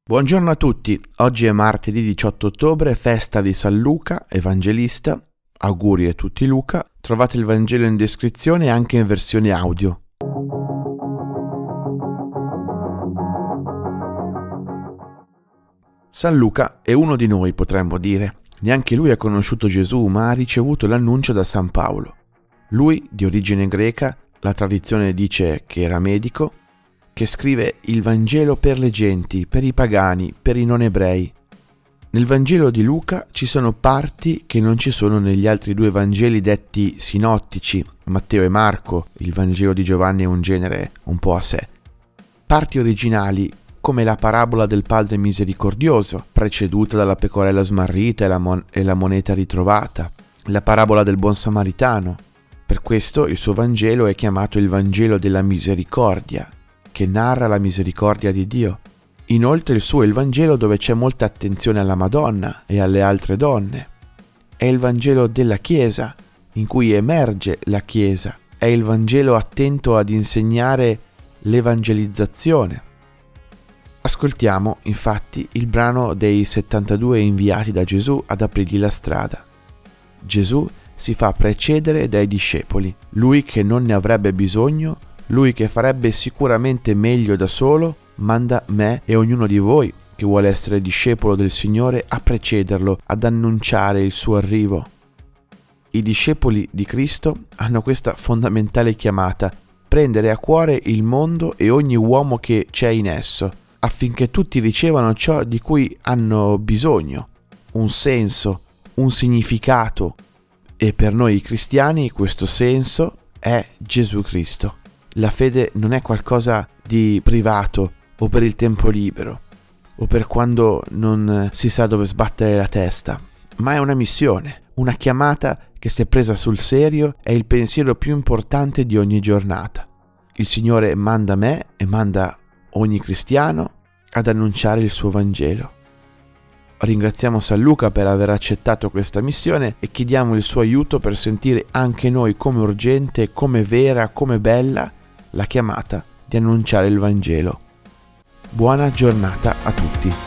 Buongiorno a tutti, oggi è martedì 18 ottobre, festa di San Luca, Evangelista. Auguri a tutti Luca. Trovate il Vangelo in descrizione e anche in versione audio. San Luca è uno di noi, potremmo dire. Neanche lui ha conosciuto Gesù, ma ha ricevuto l'annuncio da San Paolo. Lui, di origine greca, la tradizione dice che era medico, che scrive il Vangelo per le genti, per i pagani, per i non ebrei. Nel Vangelo di Luca ci sono parti che non ci sono negli altri due Vangeli detti sinottici, Matteo e Marco. Il Vangelo di Giovanni è un genere un po' a sé. Parti originali come la parabola del Padre misericordioso, preceduta dalla pecorella smarrita e la moneta ritrovata, la parabola del buon samaritano. Per questo il suo Vangelo è chiamato il Vangelo della misericordia, che narra la misericordia di Dio. Inoltre il suo è il Vangelo dove c'è molta attenzione alla Madonna e alle altre donne. È il Vangelo della Chiesa, in cui emerge la Chiesa. È il Vangelo attento ad insegnare l'evangelizzazione. Ascoltiamo, infatti, il brano dei 72 inviati da Gesù ad aprirgli la strada. Gesù si fa precedere dai discepoli, lui che non ne avrebbe bisogno, lui che farebbe sicuramente meglio da solo, manda me e ognuno di voi che vuole essere discepolo del Signore a precederlo, ad annunciare il suo arrivo. I discepoli di Cristo hanno questa fondamentale chiamata: prendere a cuore il mondo e ogni uomo che c'è in esso, affinché tutti ricevano ciò di cui hanno bisogno, un senso, un significato. E per noi cristiani questo senso è Gesù Cristo. La fede non è qualcosa di privato o per il tempo libero o per quando non si sa dove sbattere la testa, ma è una missione, una chiamata che se presa sul serio è il pensiero più importante di ogni giornata. Il Signore manda me e manda ogni cristiano ad annunciare il suo Vangelo. Ringraziamo San Luca per aver accettato questa missione e chiediamo il suo aiuto per sentire anche noi come urgente, come vera, come bella la chiamata di annunciare il Vangelo. Buona giornata a tutti.